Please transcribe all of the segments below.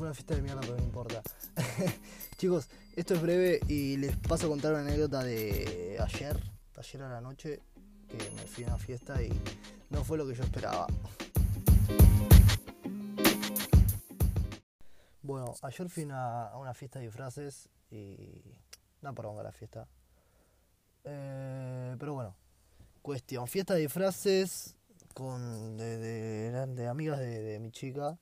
fue una fiesta de mierda, pero no importa. Chicos, esto es breve y les paso a contar una anécdota de ayer a la noche, que me fui a una fiesta y no fue lo que yo esperaba. Bueno, ayer fui a una fiesta de disfraces y... una poronga la fiesta. Pero bueno, cuestión, fiesta de disfraces de amigas de mi chica.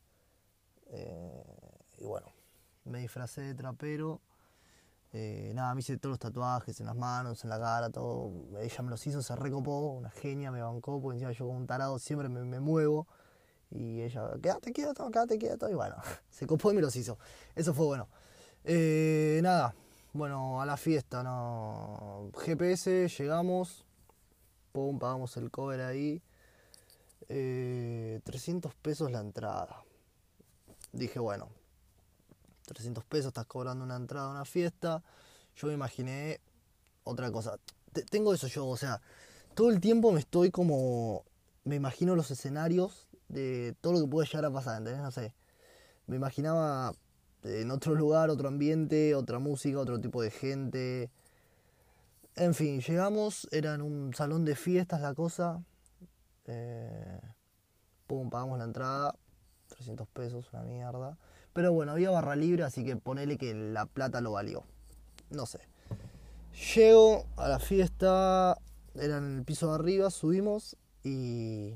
Y bueno, me disfracé de trapero. Me hice todos los tatuajes en las manos, en la cara, todo. Ella me los hizo, se recopó, una genia, me bancó, porque encima yo como un tarado siempre me muevo. Y ella, quédate quieto, y bueno, se copó y me los hizo. Eso fue bueno. Bueno, a la fiesta, no. GPS, llegamos, pum, pagamos el cover ahí. 300 pesos la entrada. Dije, bueno, 300 pesos, estás cobrando una entrada a una fiesta. Yo me imaginé otra cosa. Tengo eso yo, o sea, todo el tiempo me imagino los escenarios de todo lo que puede llegar a pasar, ¿entendés? No sé, me imaginaba en otro lugar, otro ambiente, otra música, otro tipo de gente. En fin, llegamos, era en un salón de fiestas la cosa. Pum, pagamos la entrada, 300 pesos, una mierda. Pero bueno, había barra libre, así que ponele que la plata lo valió. No sé. Llego a la fiesta, era en el piso de arriba, subimos y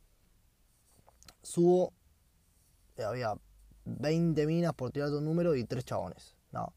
subo, había 20 minas por tirarte un número y 3 chabones. No.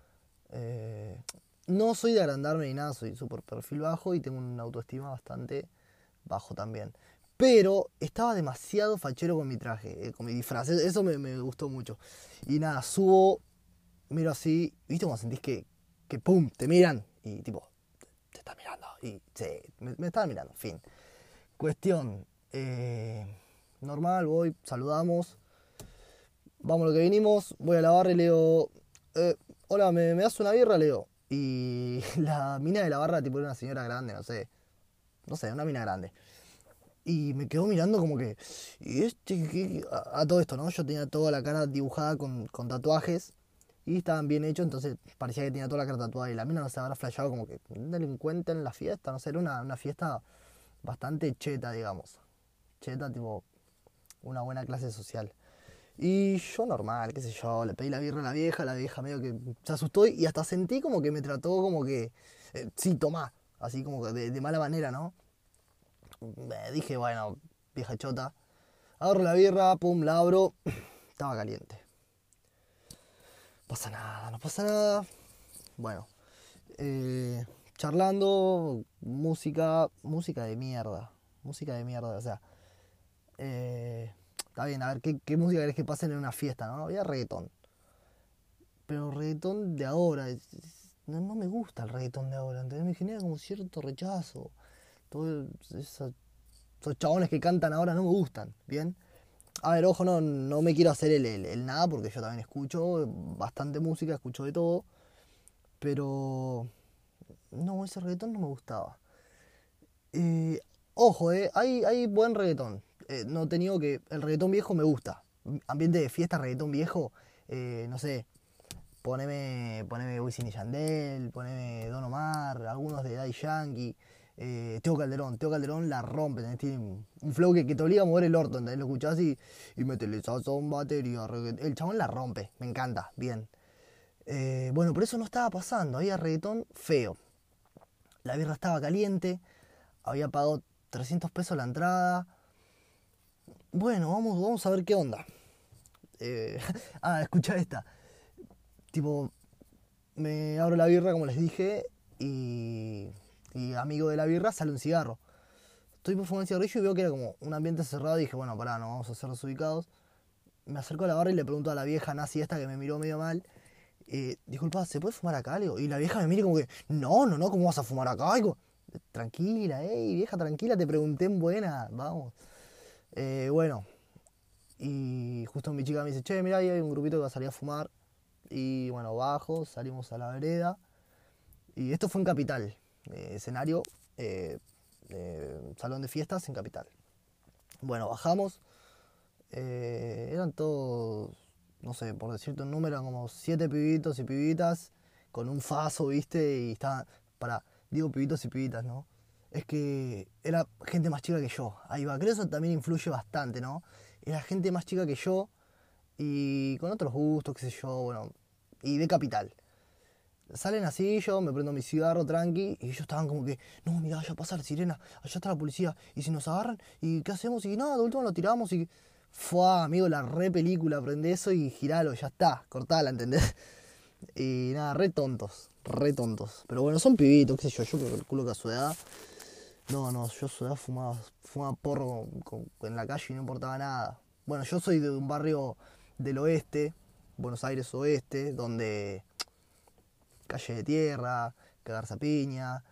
No soy de agrandarme ni nada, soy súper perfil bajo y tengo una autoestima bastante bajo también. Pero estaba demasiado fachero con mi traje, con mi disfraz. Eso me gustó mucho. Y nada, subo, miro así, ¿viste cómo sentís que pum, te miran? Y tipo, te están mirando. Y sí, me estaban mirando, fin. Cuestión, normal, voy, saludamos. Vamos a lo que vinimos, voy a la barra y le digo, hola, ¿me das una birra? Le digo. Y la mina de la barra, tipo, era una señora grande, no sé, una mina grande. Y me quedó mirando como que, ¿y qué? A todo esto, ¿no? Yo tenía toda la cara dibujada con tatuajes y estaban bien hechos, entonces parecía que tenía toda la cara tatuada. Y la mina no se habrá flashado como que un delincuente en la fiesta, no sé, era una fiesta bastante cheta, digamos. Cheta, tipo, una buena clase social. Y yo normal, qué sé yo, le pedí la birra a la vieja medio que se asustó y hasta sentí como que me trató como que, sí, tomá, así como que de mala manera, ¿no? Dije, bueno, vieja chota. Agarro la birra, pum, la abro. Estaba caliente. No pasa nada. Bueno, charlando, música de mierda. Música de mierda, o sea. Está bien, a ver, ¿qué música querés que pasen en una fiesta, no? Había reggaetón. Pero reggaetón de ahora, no me gusta el reggaetón de ahora, ¿entendés? Me genera como cierto rechazo. Todos esos chabones que cantan ahora no me gustan, ¿bien? A ver, ojo, no me quiero hacer el nada, porque yo también escucho bastante música, escucho de todo. Pero no, ese reggaetón no me gustaba. Eh, Ojo, hay buen reggaetón. No te niego que el reggaetón viejo me gusta. Ambiente de fiesta, reggaetón viejo, no sé, poneme Wisin y Yandel, poneme Don Omar, algunos de Daddy Yankee, Tego Calderón la rompe, ¿entendés? Tiene un flow que te obliga a mover el orto, ¿entendés? Lo escuchás y metele sazón, batería, reggaetón. El chabón la rompe, me encanta, bien. Bueno, pero eso no estaba pasando, había reggaetón feo. La birra estaba caliente, había pagado 300 pesos la entrada. Bueno, vamos a ver qué onda. Escuchá esta. Tipo, me abro la birra, como les dije, y amigo de la birra sale un cigarro. Estoy por fumar un cigarrillo y veo que era como un ambiente cerrado y dije, bueno, pará, no vamos a ser desubicados. Me acerco a la barra y le pregunto a la vieja nazi esta que me miró medio mal, disculpa, ¿se puede fumar acá? Le digo, y la vieja me mira como que, no, ¿cómo vas a fumar acá? Digo, tranquila, vieja, tranquila, te pregunté en buena, vamos. Bueno, y justo mi chica me dice, che, mirá, ahí hay un grupito que va a salir a fumar. Y bueno, bajo, salimos a la vereda. Y esto fue en Capital, escenario, salón de fiestas en Capital. Bueno, bajamos, eran todos no sé, por decirte un número, eran como 7 pibitos y pibitas con un faso, ¿viste? Y estaban, digo pibitos y pibitas, ¿no? Es que era gente más chica que yo. Ahí va, creo que eso también influye bastante, ¿no? Era gente más chica que yo y con otros gustos, qué sé yo, bueno, y de capital. Salen así, yo me prendo mi cigarro tranqui y ellos estaban como que, no, mira, allá pasa la sirena, allá está la policía, y si nos agarran, ¿y qué hacemos? Y nada, de último lo tiramos y... Fue, amigo, la re película, prende eso y giralo, ya está, cortala, ¿entendés? Y nada, re tontos, re tontos. Pero bueno, son pibitos, qué sé yo calculo que a su edad... No, yo a su edad fumaba porro en la calle y no importaba nada. Bueno, yo soy de un barrio del oeste, Buenos Aires oeste, donde calle de tierra, cagarse a piña,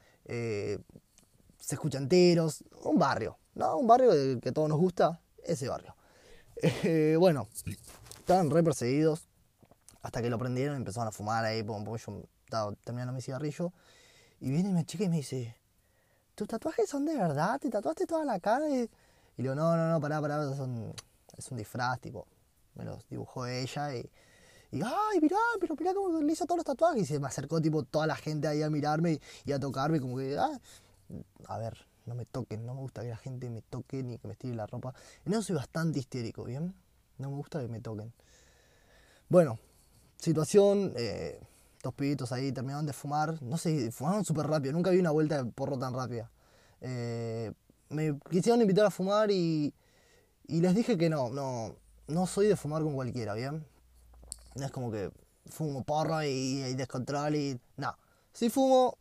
se escuchan enteros, un barrio, ¿no? Un barrio que a todos nos gusta, ese barrio. Bueno, estaban re perseguidos hasta que lo prendieron y empezaron a fumar ahí, porque yo estaba terminando mi cigarrillo. Y viene una chica y me dice, ¿tus tatuajes son de verdad? ¿Te tatuaste toda la cara? Y le digo, no, pará, es un disfraz, tipo, me los dibujó ella y ay, mirá cómo le hizo todos los tatuajes. Y se me acercó tipo toda la gente ahí a mirarme y a tocarme, como que, a ver, no me toquen, no me gusta que la gente me toque ni que me estire la ropa. En eso soy bastante histérico, ¿bien? No me gusta que me toquen. Bueno, situación, dos pibitos ahí terminaron de fumar, no sé, fumaron súper rápido, nunca vi una vuelta de porro tan rápida. Me quisieron invitar a fumar y les dije que no soy de fumar con cualquiera, ¿bien? No es como que fumo porro y descontrol y... No, si fumo,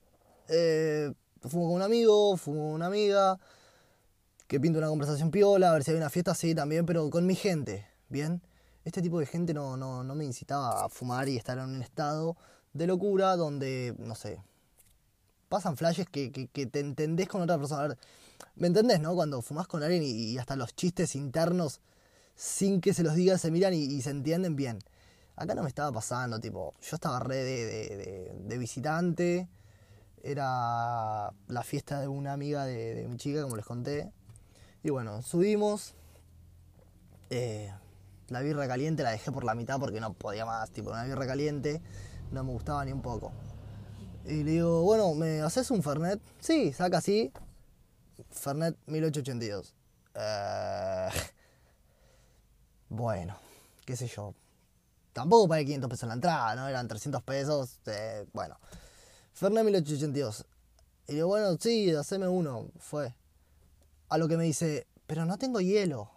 fumo con un amigo, fumo con una amiga, que pinto una conversación piola, a ver si hay una fiesta, sí, también, pero con mi gente, ¿bien? Este tipo de gente no me incitaba a fumar y estar en un estado de locura donde, no sé, pasan flashes que te entendés con otra persona. A ver, ¿me entendés, no? Cuando fumás con alguien y hasta los chistes internos, sin que se los diga, se miran y se entienden bien. Acá no me estaba pasando, tipo, yo estaba re de visitante, era la fiesta de una amiga de mi chica, como les conté. Y bueno, subimos, la birra caliente la dejé por la mitad porque no podía más, tipo, una birra caliente no me gustaba ni un poco. Y le digo, bueno, ¿me haces un Fernet? Sí, saca así, Fernet 1882. Bueno, qué sé yo. Tampoco pagué 500 pesos en la entrada, ¿no? Eran 300 pesos. Bueno, Fernet 1882. Y digo, bueno, sí, haceme uno. Fue. A lo que me dice, pero no tengo hielo.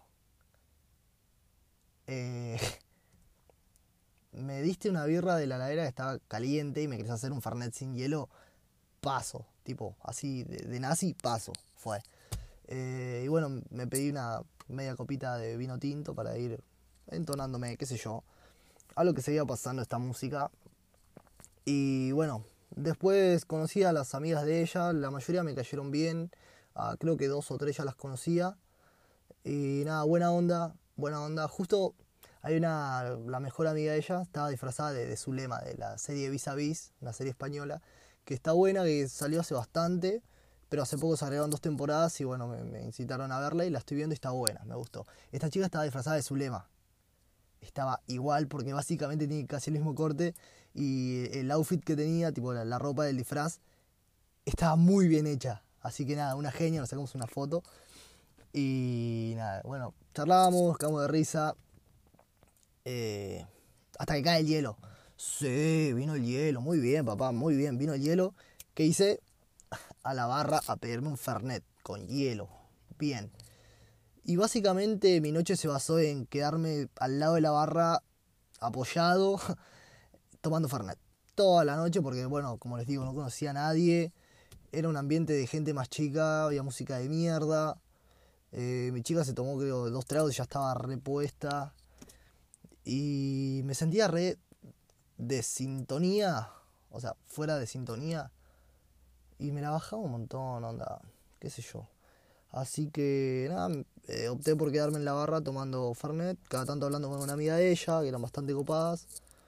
Me diste una birra de la heladera que estaba caliente y me querés hacer un Fernet sin hielo. Paso. Tipo, así de nazi, paso. Fue. Y bueno, me pedí una media copita de vino tinto para ir entonándome, qué sé yo, a lo que seguía pasando esta música. Y bueno, después conocí a las amigas de ella, la mayoría me cayeron bien, creo que 2 o 3 ya las conocía. Y nada, buena onda. Justo hay la mejor amiga de ella, estaba disfrazada de Zulema, de la serie Vis a Vis, una serie española, que está buena, que salió hace bastante, pero hace poco se agregaron 2 temporadas y bueno, me incitaron a verla y la estoy viendo y está buena, me gustó. Esta chica estaba disfrazada de Zulema. Estaba igual porque básicamente tiene casi el mismo corte y el outfit que tenía, tipo la ropa del disfraz, estaba muy bien hecha. Así que nada, una genia, nos sacamos una foto. Y nada, bueno, charlábamos, cagamos de risa. Hasta que cae el hielo. Sí, vino el hielo, muy bien, papá, muy bien, vino el hielo. ¿Qué hice? A la barra a pedirme un Fernet con hielo. Bien. Y básicamente mi noche se basó en quedarme al lado de la barra, apoyado, tomando Fernet. Toda la noche, porque bueno, como les digo, no conocía a nadie. Era un ambiente de gente más chica, había música de mierda. Mi chica se tomó, creo, 2 tragos y ya estaba repuesta. Y me sentía re de sintonía, o sea, fuera de sintonía. Y me la bajaba un montón, onda, qué sé yo. Así que nada, opté por quedarme en la barra tomando Fernet, cada tanto hablando con una amiga de ella, que eran bastante copadas.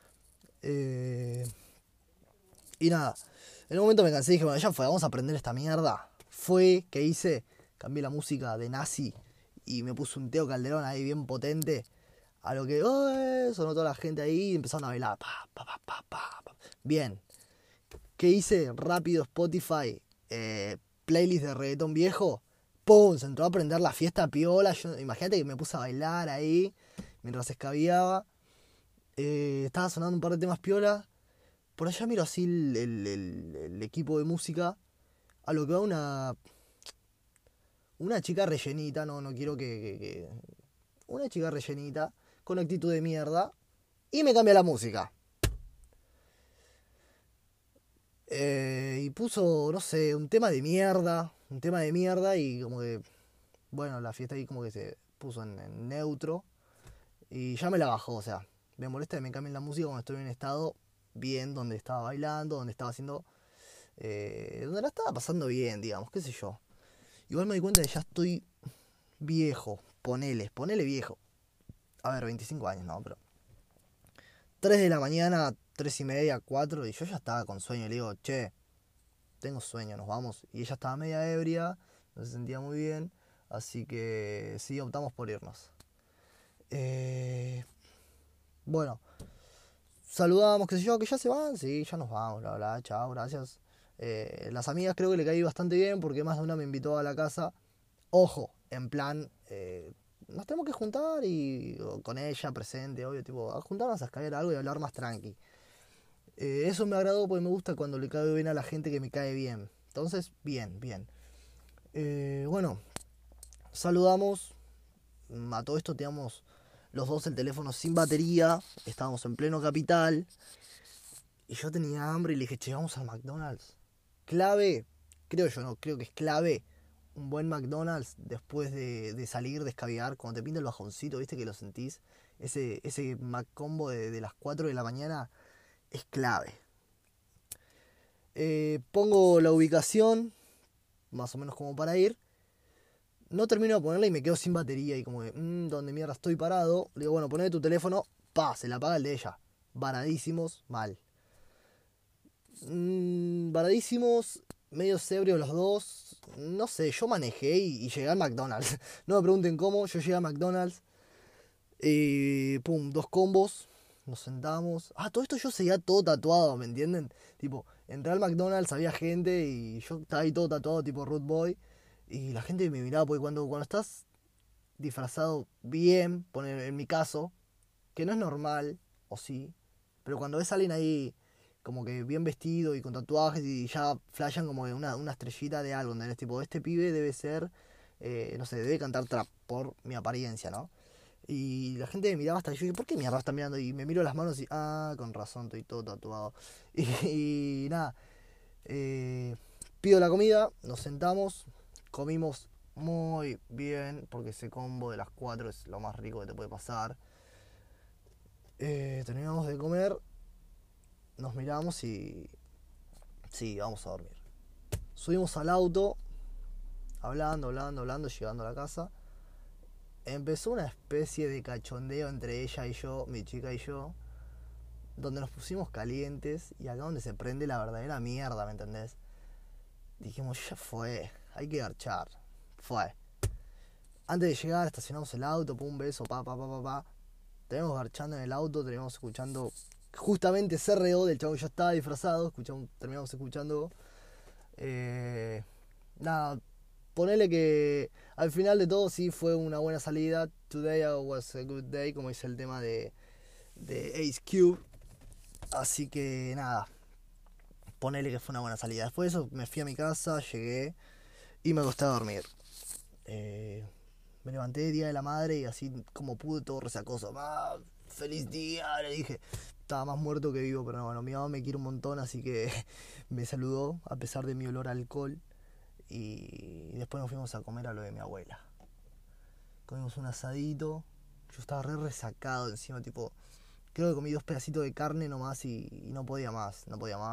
Y nada, en un momento me cansé y dije, bueno, ya fue, vamos a aprender esta mierda. Fue, ¿qué hice? Cambié la música de Nazi y me puse un Teo Calderón ahí bien potente. A lo que sonó toda la gente ahí y empezaron a bailar. Pa, pa, pa, pa, pa, pa. Bien. ¿Qué hice? Rápido Spotify, playlist de reggaetón viejo. ¡Pum! Se entró a prender la fiesta piola. Imagínate que me puse a bailar ahí mientras escabiaba. Estaba sonando un par de temas piola. Por allá miro así el equipo de música. A lo que va una chica rellenita. No quiero que una chica rellenita con actitud de mierda. Y me cambia la música. Y puso, no sé, un tema de mierda y como que, bueno, la fiesta ahí como que se puso en neutro y ya me la bajó, o sea, me molesta que me cambien la música cuando estoy en estado bien, donde estaba bailando, donde estaba haciendo, donde la estaba pasando bien, digamos, qué sé yo. Igual me di cuenta de que ya estoy viejo, ponele viejo. A ver, 25 años, no, pero 3 de la mañana, 3:30, 4, y yo ya estaba con sueño. Le digo, che, tengo sueño, nos vamos. Y ella estaba media ebria, no se sentía muy bien, así que sí, optamos por irnos. Bueno, saludamos, qué sé yo, que ya se van, sí, ya nos vamos, bla, bla, chao, gracias. Las amigas creo que le caí bastante bien porque más de una me invitó a la casa. Ojo, en plan, nos tenemos que juntar y con ella presente, obvio, tipo, a juntarnos a escalar algo y hablar más tranqui. Eso me agradó porque me gusta cuando le cae bien a la gente que me cae bien. Entonces, bien. Bueno, saludamos. A todo esto teníamos los dos el teléfono sin batería. Estábamos en pleno Capital. Y yo tenía hambre y le dije, che, vamos al McDonald's. Clave, creo yo, no, creo que es clave un buen McDonald's después de salir, de escabiar, cuando te pinta el bajoncito, viste que lo sentís. Ese McCombo de las 4 de la mañana es clave. Pongo la ubicación, más o menos como para ir. No termino de ponerla y me quedo sin batería. Y como que, ¿dónde mierda estoy parado? Le digo, bueno, ponle tu teléfono. Se la apaga el de ella. Varadísimos, mal. Varadísimos, medio ebrios los dos. No sé, yo manejé y llegué al McDonald's. No me pregunten cómo, yo llegué a McDonald's. Pum, 2 combos. Nos sentamos. Todo esto yo seguía todo tatuado, ¿me entienden? Tipo, entré al McDonald's, había gente y yo estaba ahí todo tatuado, tipo Rude Boy. Y la gente me miraba, porque cuando estás disfrazado bien, poner en mi caso, que no es normal, o sí, pero cuando ves a alguien ahí como que bien vestido y con tatuajes y ya flashan como una estrellita de algo, ¿entendés? Tipo, este pibe debe ser, no sé, debe cantar trap por mi apariencia, ¿no? Y la gente me miraba hasta que yo dije, ¿por qué mierda está mirando? Y me miro las manos y, con razón, estoy todo tatuado. Y nada, pido la comida, nos sentamos, comimos muy bien, porque ese combo de las 4 es lo más rico que te puede pasar. Terminamos de comer, nos miramos y sí, vamos a dormir. Subimos al auto, hablando, llegando a la casa. Empezó una especie de cachondeo entre ella y yo, mi chica y yo, donde nos pusimos calientes y acá donde se prende la verdadera mierda, ¿me entendés? Dijimos, ya fue, hay que garchar. Fue. Antes de llegar, estacionamos el auto, pum, beso, pa. Tenemos garchando en el auto, terminamos escuchando justamente CRO del chavo que ya estaba disfrazado, terminamos escuchando. Nada, ponele que al final de todo sí fue una buena salida. Today was a good day, como dice el tema de Ace Cube. Así que nada, ponele que fue una buena salida. Después de eso me fui a mi casa, llegué y me acosté a dormir. Me levanté día de la madre y así como pude, todo resacoso. Feliz día, le dije. Estaba más muerto que vivo, pero bueno, mi mamá me quiere un montón, así que me saludó a pesar de mi olor a alcohol. Y después nos fuimos a comer a lo de mi abuela. Comimos un asadito. Yo estaba resacado encima, tipo, creo que comí 2 pedacitos de carne nomás y no podía más.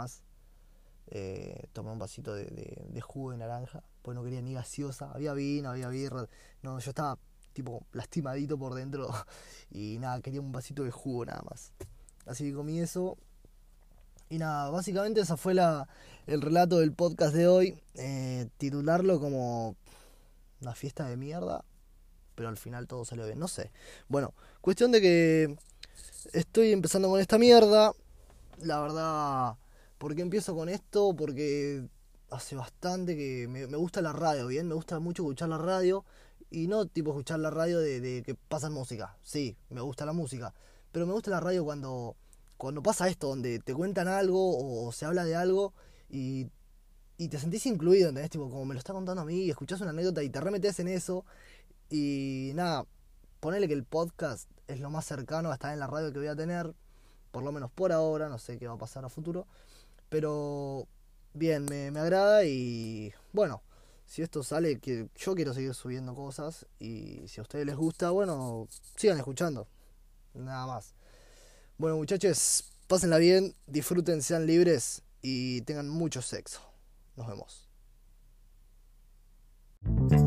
Tomé un vasito de jugo de naranja, pues no quería ni gaseosa. Había vino, había birra. No, yo estaba tipo lastimadito por dentro y nada, quería un vasito de jugo nada más. Así que comí eso. Y nada, básicamente esa fue el relato del podcast de hoy. Titularlo como una fiesta de mierda pero al final todo salió bien, no sé. Bueno, cuestión de que estoy empezando con esta mierda, la verdad. ¿Por qué empiezo con esto? Porque hace bastante que me gusta la radio, ¿bien? Me gusta mucho escuchar la radio. Y no tipo escuchar la radio de que pasan música. Sí, me gusta la música. Pero me gusta la radio cuando pasa esto, donde te cuentan algo o se habla de algo y, y te sentís incluido, ¿entendés? Tipo, como me lo está contando a mí, y escuchás una anécdota y te remetes en eso. Y nada, ponele que el podcast es lo más cercano a estar en la radio que voy a tener, por lo menos por ahora, no sé qué va a pasar a futuro. Pero bien, me agrada y bueno, si esto sale, que yo quiero seguir subiendo cosas y si a ustedes les gusta, bueno, sigan escuchando. Nada más. Bueno, muchachos, pásenla bien, disfruten, sean libres y tengan mucho sexo. Nos vemos.